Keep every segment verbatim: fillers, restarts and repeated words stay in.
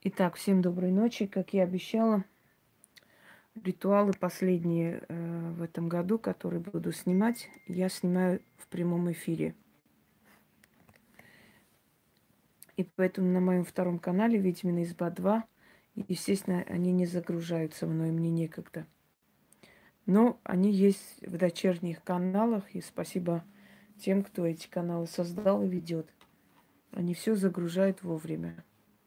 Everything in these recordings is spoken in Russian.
Итак, всем доброй ночи. Как я обещала, ритуалы последние э, в этом году, которые буду снимать, я снимаю в прямом эфире. И поэтому на моем втором канале «Ведьмина изба два», естественно, они не загружаются мной, мне некогда. Но они есть в дочерних каналах, и спасибо тем, кто эти каналы создал и ведет. Они все загружают вовремя.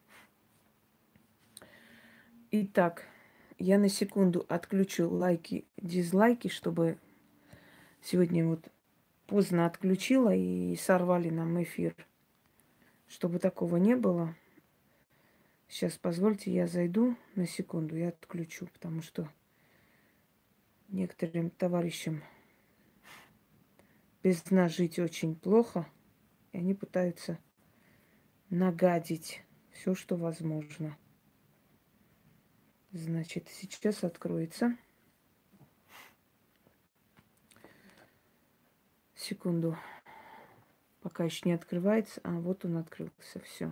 Итак, я на секунду отключу лайки, дизлайки, чтобы сегодня вот поздно отключила и сорвали нам эфир. Чтобы такого не было. Сейчас, позвольте, я зайду на секунду и отключу, потому что некоторым товарищам без нас жить очень плохо, и они пытаются нагадить все, что возможно. Значит, сейчас откроется. Секунду. Пока еще не открывается. А, вот он открылся. Все.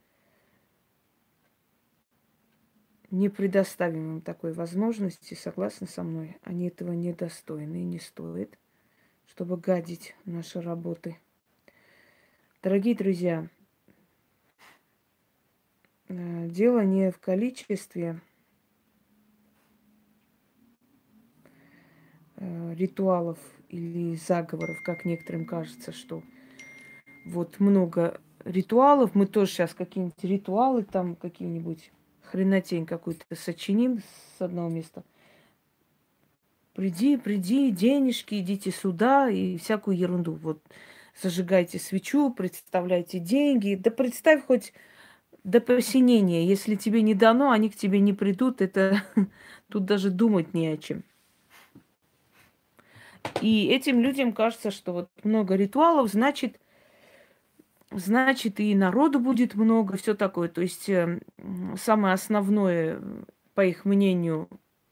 Не предоставим им такой возможности, согласны со мной. Они этого недостойны и не стоит, чтобы гадить наши работы. Дорогие друзья, э, дело не в количестве э, ритуалов или заговоров, как некоторым кажется, что вот много ритуалов, мы тоже сейчас какие-нибудь ритуалы, там какие-нибудь хренотень какую-то сочиним с одного места. Приди, приди, денежки, идите сюда и всякую ерунду. Вот зажигайте свечу, представляйте деньги. Да представь хоть до посинения. Если тебе не дано, они к тебе не придут. Это тут даже думать не о чем. И этим людям кажется, что вот много ритуалов, значит, значит и народу будет много, все такое. То есть э, самое основное, по их мнению,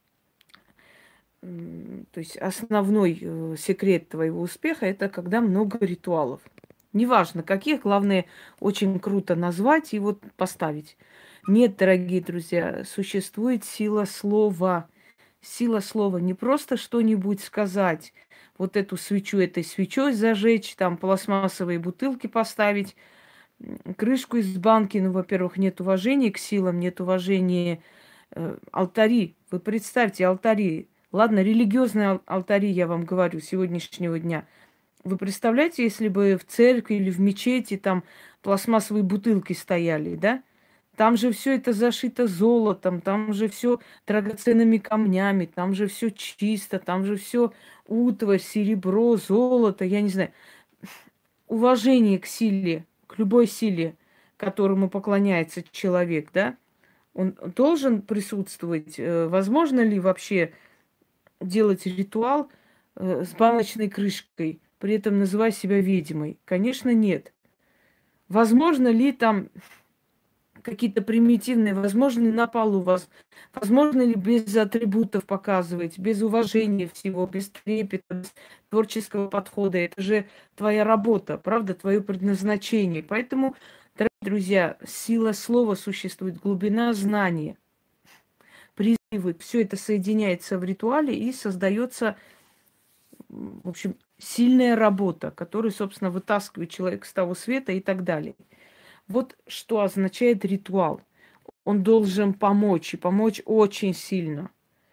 э, то есть основной э, секрет твоего успеха – это когда много ритуалов. Неважно каких, главное, очень круто назвать и вот поставить. Нет, дорогие друзья, существует сила слова. Сила слова. Не просто что-нибудь сказать, вот эту свечу этой свечой зажечь, там пластмассовые бутылки поставить, крышку из банки. Ну, во-первых, нет уважения к силам, нет уважения э, алтари. Вы представьте, алтари. Ладно, религиозные ал- алтари, я вам говорю, сегодняшнего дня. Вы представляете, если бы в церкви или в мечети там пластмассовые бутылки стояли, да? Там же все это зашито золотом, там же все драгоценными камнями, там же все чисто, там же все утварь, серебро, золото, я не знаю. Уважение к силе, к любой силе, которому поклоняется человек, да, он должен присутствовать. Э, Возможно ли вообще делать ритуал э, с баночной крышкой, при этом называя себя ведьмой? Конечно, нет. Возможно ли там какие-то примитивные, возможно ли на полу вас, возможно ли без атрибутов показывать, без уважения всего, без трепета, без творческого подхода. Это же твоя работа, правда, твое предназначение. Поэтому, дорогие друзья, сила слова существует, глубина знания, призывы, все это соединяется в ритуале и создается, в общем, сильная работа, которая, собственно, вытаскивает человека с того света и так далее. Вот что означает ритуал. Он должен помочь, и помочь очень сильно.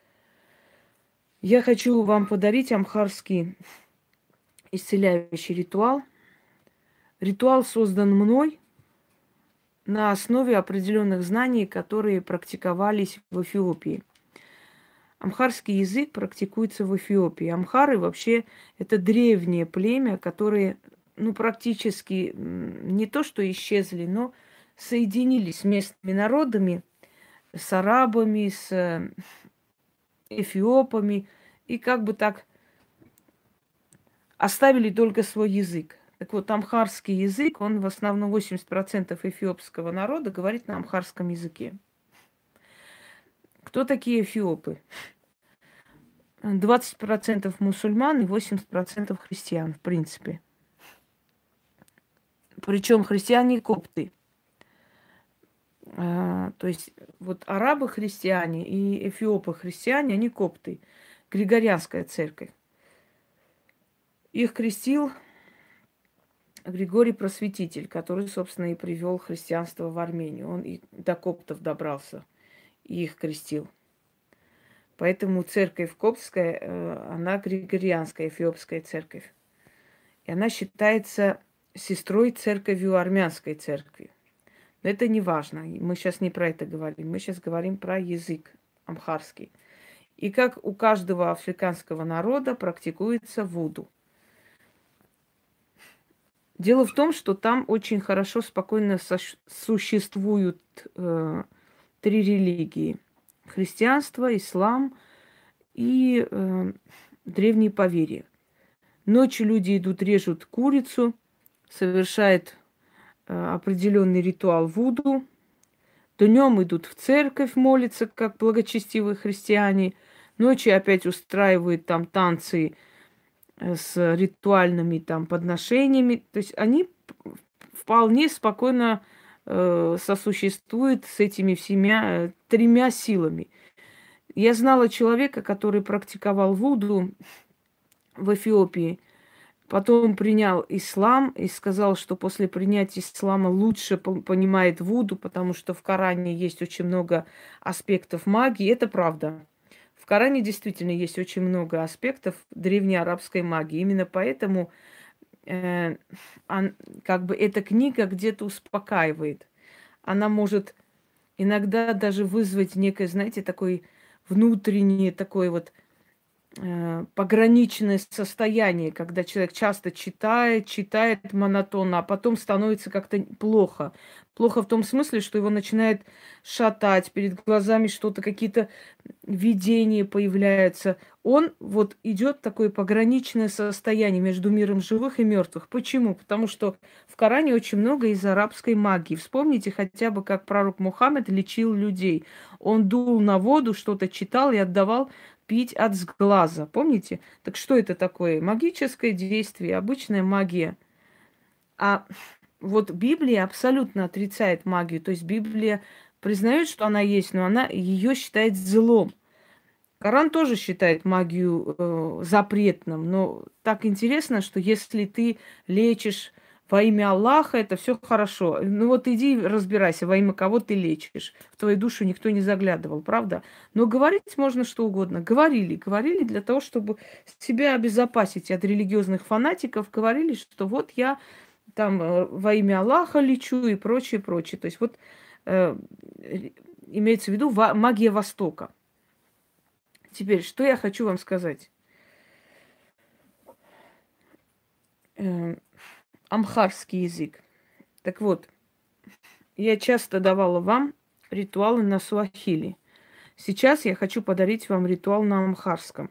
Я хочу вам подарить амхарский исцеляющий ритуал. Ритуал создан мной на основе определенных знаний, которые практиковались в Эфиопии. Амхарский язык практикуется в Эфиопии. Амхары вообще это древнее племя, которые, ну, практически не то что исчезли, но соединились с местными народами, с арабами, с эфиопами, и как бы так оставили только свой язык. Так вот, амхарский язык, он в основном восемьдесят процентов эфиопского народа говорит на амхарском языке. Кто такие эфиопы? двадцать процентов мусульман и восемьдесят процентов христиан, в принципе. Причем христиане копты. То есть вот арабы-христиане и эфиопы-христиане, они копты. Григорианская церковь. Их крестил Григорий Просветитель, который, собственно, и привел христианство в Армению. Он и до коптов добрался и их крестил. Поэтому церковь коптская, э, она григорианская, эфиопская церковь. И она считается сестрой церковью армянской церкви. Но это не важно. Мы сейчас не про это говорим. Мы сейчас говорим про язык амхарский. И как у каждого африканского народа практикуется вуду. Дело в том, что там очень хорошо, спокойно существуют э, три религии. Христианство, ислам и э, древние поверья. Ночью люди идут, режут курицу, совершают э, определенный ритуал вуду. Днем идут в церковь молиться, как благочестивые христиане. Ночью опять устраивают там танцы с ритуальными там подношениями. То есть они вполне спокойно э, сосуществуют с этими всеми э, тремя силами. Я знала человека, который практиковал вуду в Эфиопии, потом принял ислам и сказал, что после принятия ислама лучше понимает вуду, потому что в Коране есть очень много аспектов магии. Это правда. В Коране действительно есть очень много аспектов древнеарабской магии. Именно поэтому э, он, как бы эта книга где-то успокаивает. Она может иногда даже вызвать некое, знаете, такой внутреннее, такое вот э, пограничное состояние, когда человек часто читает, читает монотонно, а потом становится как-то плохо. Плохо в том смысле, что его начинает шатать, перед глазами что-то, какие-то видения появляются. Он вот идет такое пограничное состояние между миром живых и мертвых. Почему? Потому что в Коране очень много из арабской магии. Вспомните хотя бы, как пророк Мухаммед лечил людей. Он дул на воду, что-то читал и отдавал пить от сглаза. Помните? Так что это такое? Магическое действие, обычная магия. А вот Библия абсолютно отрицает магию. То есть Библия признает, что она есть, но она ее считает злом. Коран тоже считает магию э, запретным. Но так интересно, что если ты лечишь во имя Аллаха, это все хорошо. Ну вот иди разбирайся, во имя кого ты лечишь. В твою душу никто не заглядывал, правда? Но говорить можно что угодно. Говорили, говорили для того, чтобы себя обезопасить от религиозных фанатиков. Говорили, что вот я там э, во имя Аллаха лечу и прочее, прочее. То есть вот э, имеется в виду ва- магия Востока. Теперь, что я хочу вам сказать. Э, амхарский язык. Так вот, я часто давала вам ритуалы на суахили. Сейчас я хочу подарить вам ритуал на амхарском.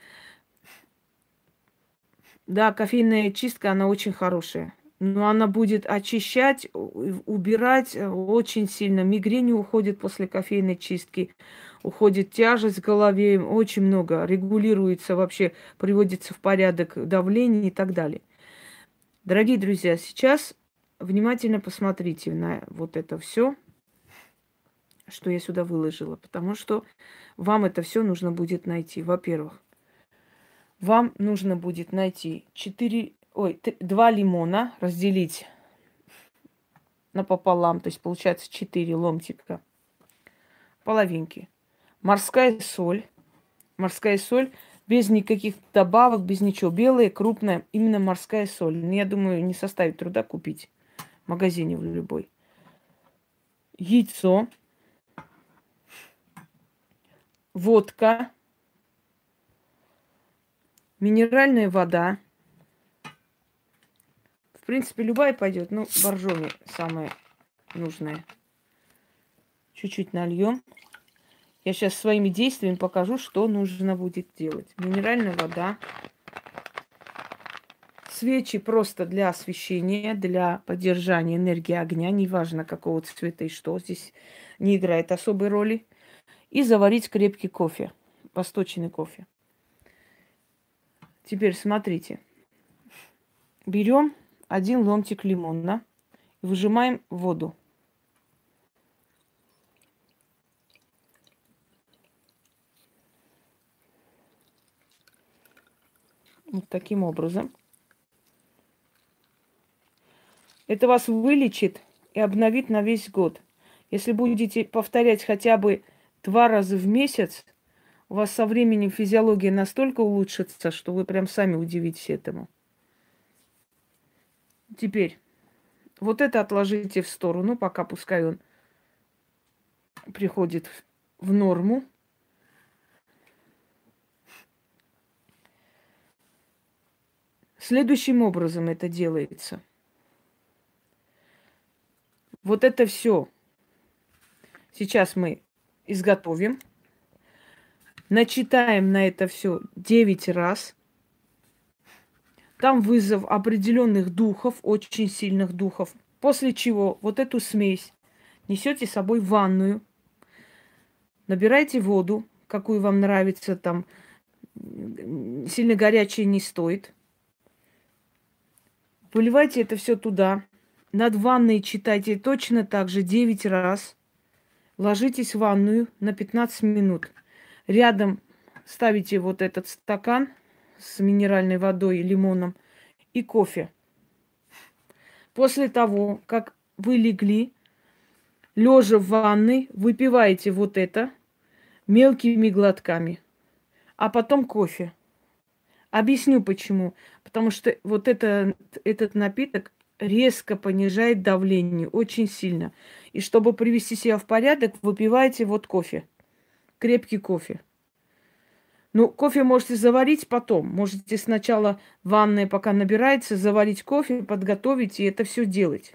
Да, кофейная чистка, она очень хорошая. Но она будет очищать, убирать очень сильно. Мигрень уходит после кофейной чистки. Уходит тяжесть в голове. Очень много. Регулируется вообще, приводится в порядок давление и так далее. Дорогие друзья, сейчас внимательно посмотрите на вот это все, что я сюда выложила. Потому что вам это все нужно будет найти. Во-первых, вам нужно будет найти четыре... Ой, два лимона разделить напополам, то есть получается четыре ломтика, половинки. Морская соль, морская соль без никаких добавок, без ничего. Белая, крупная, именно морская соль. Ну, я думаю, не составит труда купить в магазине в любой. Яйцо, водка, минеральная вода. В принципе, любая пойдет. Ну, боржоми самое нужное. Чуть-чуть нальем. Я сейчас своими действиями покажу, что нужно будет делать. Минеральная вода. Свечи просто для освещения, для поддержания энергии огня. Неважно, какого цвета и что. Здесь не играет особой роли. И заварить крепкий кофе. Восточный кофе. Теперь смотрите. Берем один ломтик лимона и выжимаем воду. Вот таким образом. Это вас вылечит и обновит на весь год. Если будете повторять хотя бы два раза в месяц, у вас со временем физиология настолько улучшится, что вы прям сами удивитесь этому. Теперь, вот это отложите в сторону, пока пускай он приходит в норму. Следующим образом это делается. Вот это все сейчас мы изготовим. Начитаем на это все девять раз. Там вызов определенных духов, очень сильных духов. После чего вот эту смесь несете с собой в ванную. Набирайте воду, какую вам нравится, там сильно горячей не стоит. Выливайте это все туда. Над ванной читайте точно так же девять раз. Ложитесь в ванную на пятнадцать минут. Рядом ставите вот этот стакан с минеральной водой и лимоном и кофе. После того, как вы легли, лежа в ванной, выпиваете вот это мелкими глотками, а потом кофе. Объясню почему. Потому что вот это, этот напиток резко понижает давление, очень сильно. И чтобы привести себя в порядок, выпивайте вот кофе. Крепкий кофе. Ну, кофе можете заварить потом. Можете сначала в ванной, пока набирается, заварить кофе, подготовить и это все делать.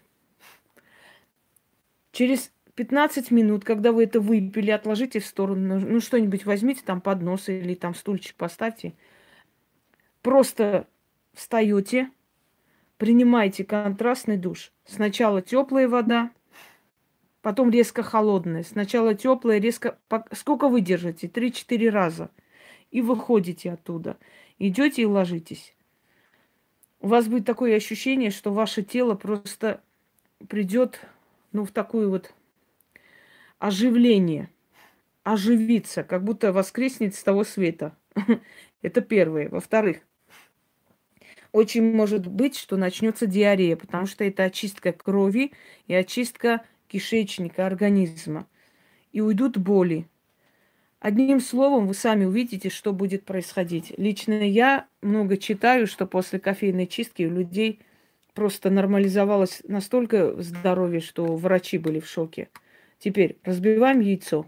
Через пятнадцать минут, когда вы это выпили, отложите в сторону. Ну, что-нибудь возьмите, там поднос или там стульчик поставьте. Просто встаете, принимайте контрастный душ. Сначала теплая вода, потом резко холодная. Сначала теплая, резко... Сколько вы держите? Три-четыре раза. И выходите оттуда. Идете и ложитесь. У вас будет такое ощущение, что ваше тело просто придет, ну, в такое вот оживление. Оживиться, как будто воскреснет с того света. Это первое. Во-вторых, очень может быть, что начнется диарея, потому что это очистка крови и очистка кишечника, организма. И уйдут боли. Одним словом, вы сами увидите, что будет происходить. Лично я много читаю, что после кофейной чистки у людей просто нормализовалось настолько здоровье, что врачи были в шоке. Теперь разбиваем яйцо.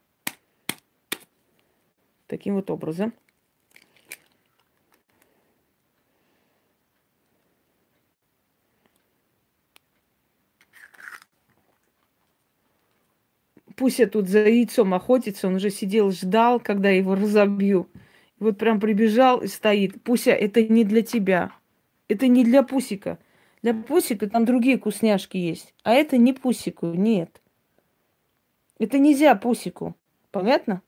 Таким вот образом. Пусть я тут за яйцом охотится, он уже сидел, ждал, когда я его разобью. И вот прям прибежал и стоит. Пуся, это не для тебя. Это не для Пусика. Для Пусика там другие вкусняшки есть. А это не Пусику, нет. Это нельзя Пусику. Понятно?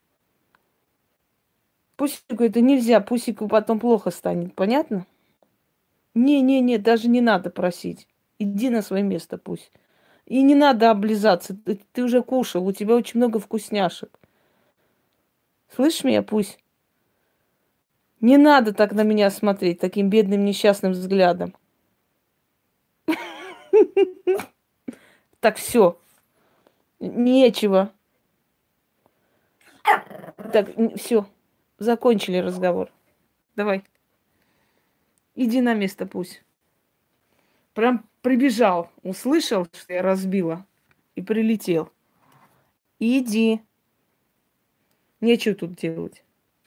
Пусику это нельзя. Пусику потом плохо станет. Понятно? Не-не-не, даже не надо просить. Иди на свое место, Пусть. И не надо облизаться. Ты, ты уже кушал, у тебя очень много вкусняшек. Слышишь меня, Пусть? Не надо так на меня смотреть, таким бедным несчастным взглядом. Так, все. Нечего. Так, все. Закончили разговор. Давай. Иди на место, Пусть. Прям прибежал, услышал, что я разбила, и прилетел. Иди. Нечего тут делать.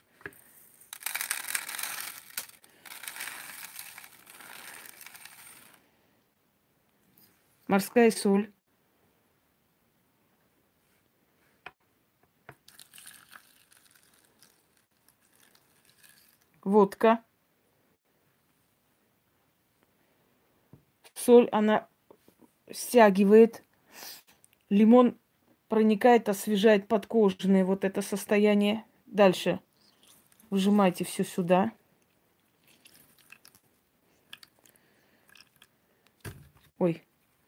Морская соль. Водка. Соль, она стягивает. Лимон проникает, освежает подкожное вот это состояние. Дальше выжимайте все сюда. Ой.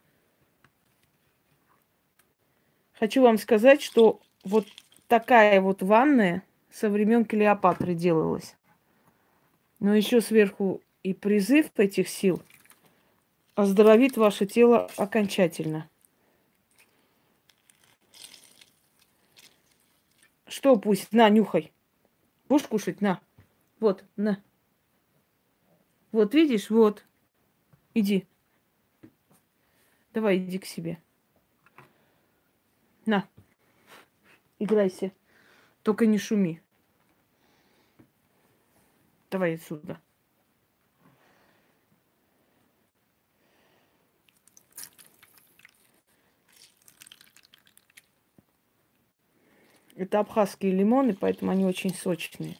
Хочу вам сказать, что вот такая вот ванная со времен Клеопатры делалась. Но еще сверху и призыв этих сил оздоровит ваше тело окончательно. Что пусть? На, нюхай. Будешь кушать? На. Вот, на. Вот, видишь? Вот. Иди. Давай, иди к себе. На. Играйся. Только не шуми. Давай отсюда. Это абхазские лимоны, поэтому они очень сочные.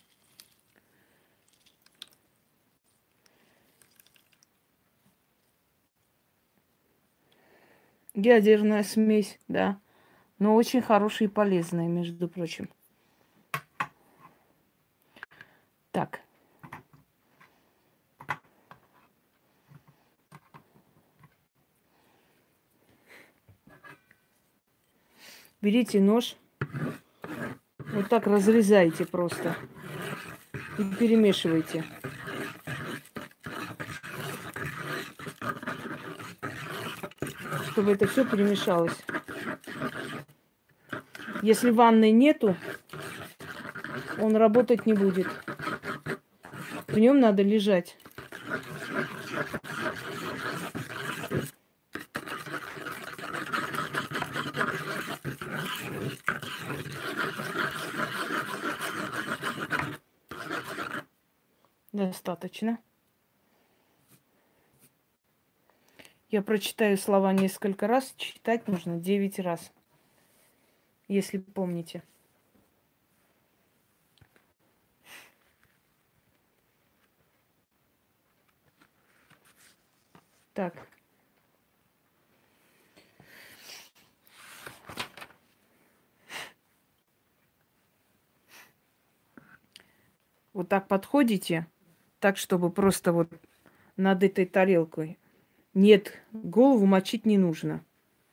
Ядерная смесь, да. Но очень хорошая и полезная, между прочим. Так. Берите нож. Вот так разрезайте просто. И перемешивайте. Чтобы это все перемешалось. Если ванной нету, он работать не будет. В нем надо лежать. Достаточно. Я прочитаю слова несколько раз. Читать нужно девять раз. Если помните. Так. Вот так подходите, так, чтобы просто вот над этой тарелкой. Нет, голову мочить не нужно.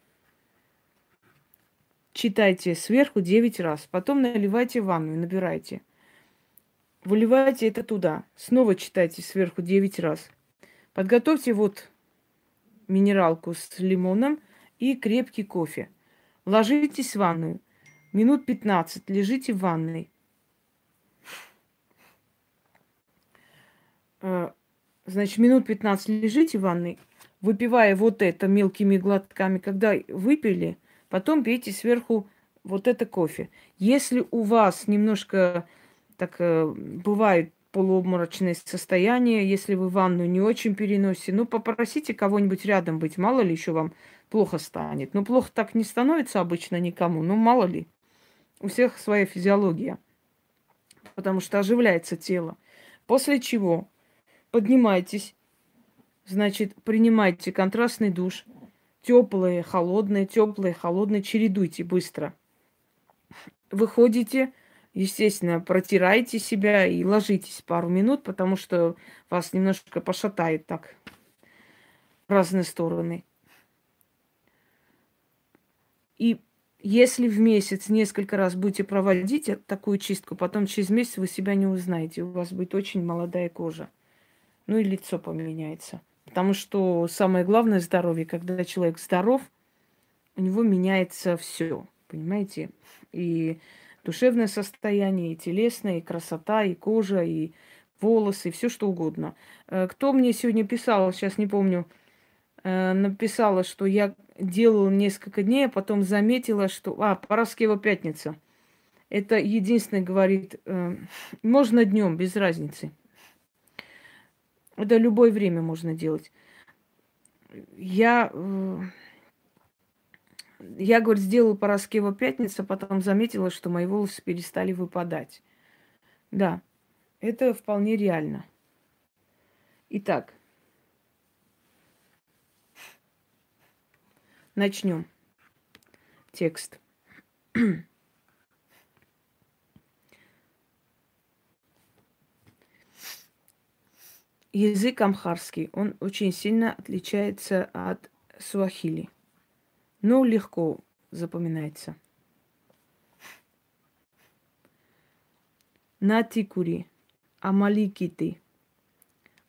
Читайте сверху девять раз. Потом наливайте в ванную, набирайте. Выливайте это туда. Снова читайте сверху девять раз. Подготовьте вот минералку с лимоном и крепкий кофе. Ложитесь в ванную. Минут пятнадцать лежите в ванной. Значит, минут пятнадцать лежите в ванной, выпивая вот это мелкими глотками. Когда выпили, потом пейте сверху вот это кофе. Если у вас немножко так бывает полуобморочное состояние, если вы ванну не очень переносите, ну, попросите кого-нибудь рядом быть. Мало ли еще вам плохо станет. Ну, плохо так не становится обычно никому. Ну, мало ли. У всех своя физиология. Потому что оживляется тело. После чего поднимайтесь, значит, принимайте контрастный душ. Теплые, холодные, теплые, холодные. Чередуйте быстро. Выходите, естественно, протирайте себя и ложитесь пару минут, потому что вас немножко пошатает так в разные стороны. И если в месяц несколько раз будете проводить такую чистку, потом через месяц вы себя не узнаете. У вас будет очень молодая кожа. Ну и лицо поменяется. Потому что самое главное здоровье, когда человек здоров, у него меняется все. Понимаете? И душевное состояние, и телесное, и красота, и кожа, и волосы, все что угодно. Кто мне сегодня писал, сейчас не помню, написала, что я делала несколько дней, а потом заметила, что... А, Параскева пятница. Это единственное, говорит, можно днем, без разницы. Это любое время можно делать. Я... Я, говорит, сделала Параскева пятница, потом заметила, что мои волосы перестали выпадать. Да, это вполне реально. Итак, начнем. Текст. Язык амхарский, он очень сильно отличается от суахили, но легко запоминается. Натикури, амаликиты,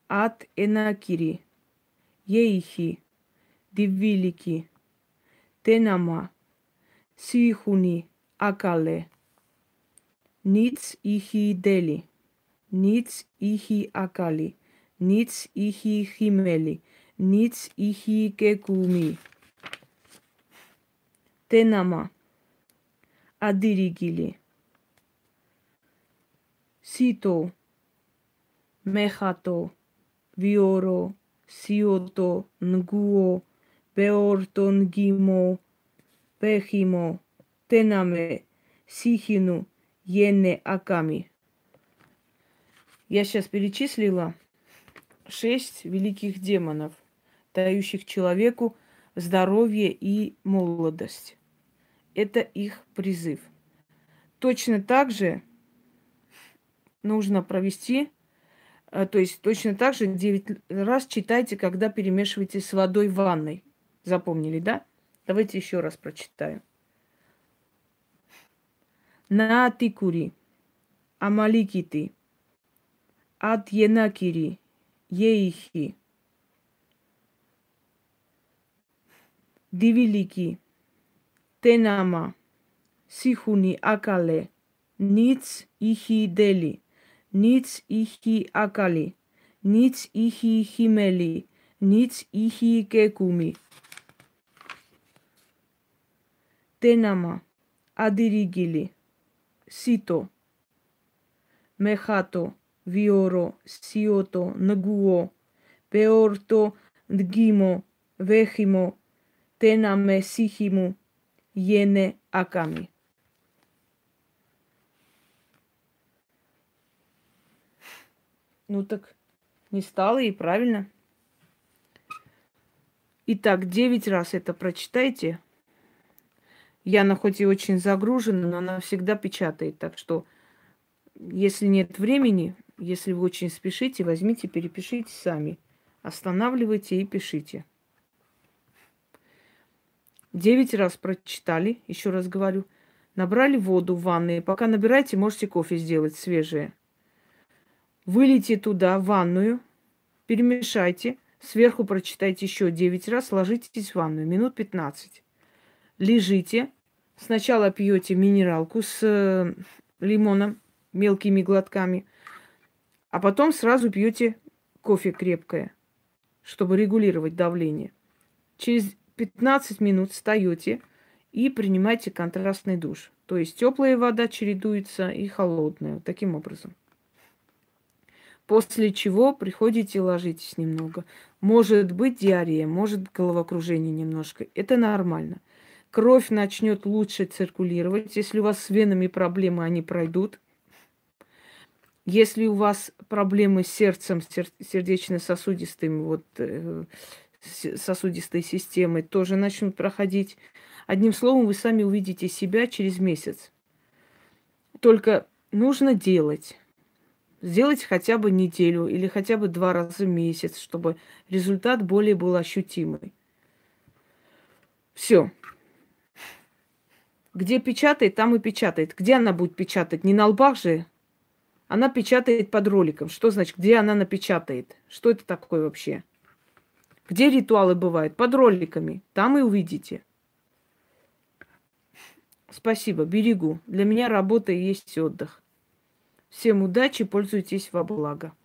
Ат энакири. Ейхи. Дивилики. Тенама. Сихуни. Акале. Ниц ихи дели. Ниц ихи акали. Ниц ихи химели. Ниц ихи кекуми. Тенама. Адиригили. Сито. Мехато. Виоро. Сиото. Нгуо. Беорто нгимо. Пехимо. Тенаме. Сихину. Йене аками. Я сейчас перечислила шесть великих демонов, дающих человеку здоровье и молодость. Это их призыв. Точно так же нужно провести, то есть точно так же девять раз читайте, когда перемешиваете с водой в ванной. Запомнили, да? Давайте еще раз прочитаю. Наатикури, Амаликити, Адьенакири, Ейхи, Дивилики, Тенама, Сихуни Акале, Ниц Ихи Дели, Ниц Ихи Акали, Ниц Ихи Химели, Ниц Ихи Кекуми. Тенама, Адиригили, Сито, Мехато, Виоро, Сиото, Нгуо, Пеорто, Нгимо, Вехимо, Тенаме, Сихиму, Йене, Аками. Ну так не стало и правильно. Итак, девять раз это прочитайте. Яна хоть и очень загружена, но она всегда печатает. Так что, если нет времени, если вы очень спешите, возьмите, перепишите сами. Останавливайте и пишите. Девять раз прочитали, еще раз говорю. Набрали воду в ванной. Пока набираете, можете кофе сделать свежее. Вылейте туда, в ванную, перемешайте. Сверху прочитайте еще девять раз, ложитесь в ванную, минут пятнадцать. Лежите. Сначала пьете минералку с э, лимоном, мелкими глотками, а потом сразу пьете кофе крепкое, чтобы регулировать давление. Через пятнадцать минут встаете и принимаете контрастный душ. То есть теплая вода чередуется и холодная. Таким образом. После чего приходите и ложитесь немного. Может быть диарея, может головокружение немножко. Это нормально. Кровь начнет лучше циркулировать. Если у вас с венами проблемы, они пройдут. Если у вас проблемы с сердцем, сердечно-сосудистыми, вот, э, сосудистой системой, тоже начнут проходить. Одним словом, вы сами увидите себя через месяц. Только нужно делать. Сделать хотя бы неделю или хотя бы два раза в месяц, чтобы результат более был ощутимый. Все. Где печатает, там и печатает. Где она будет печатать? Не на лбах же. Она печатает под роликом. Что значит, где она напечатает? Что это такое вообще? Где ритуалы бывают? Под роликами. Там и увидите. Спасибо, берегу. Для меня работа и есть отдых. Всем удачи, пользуйтесь во благо.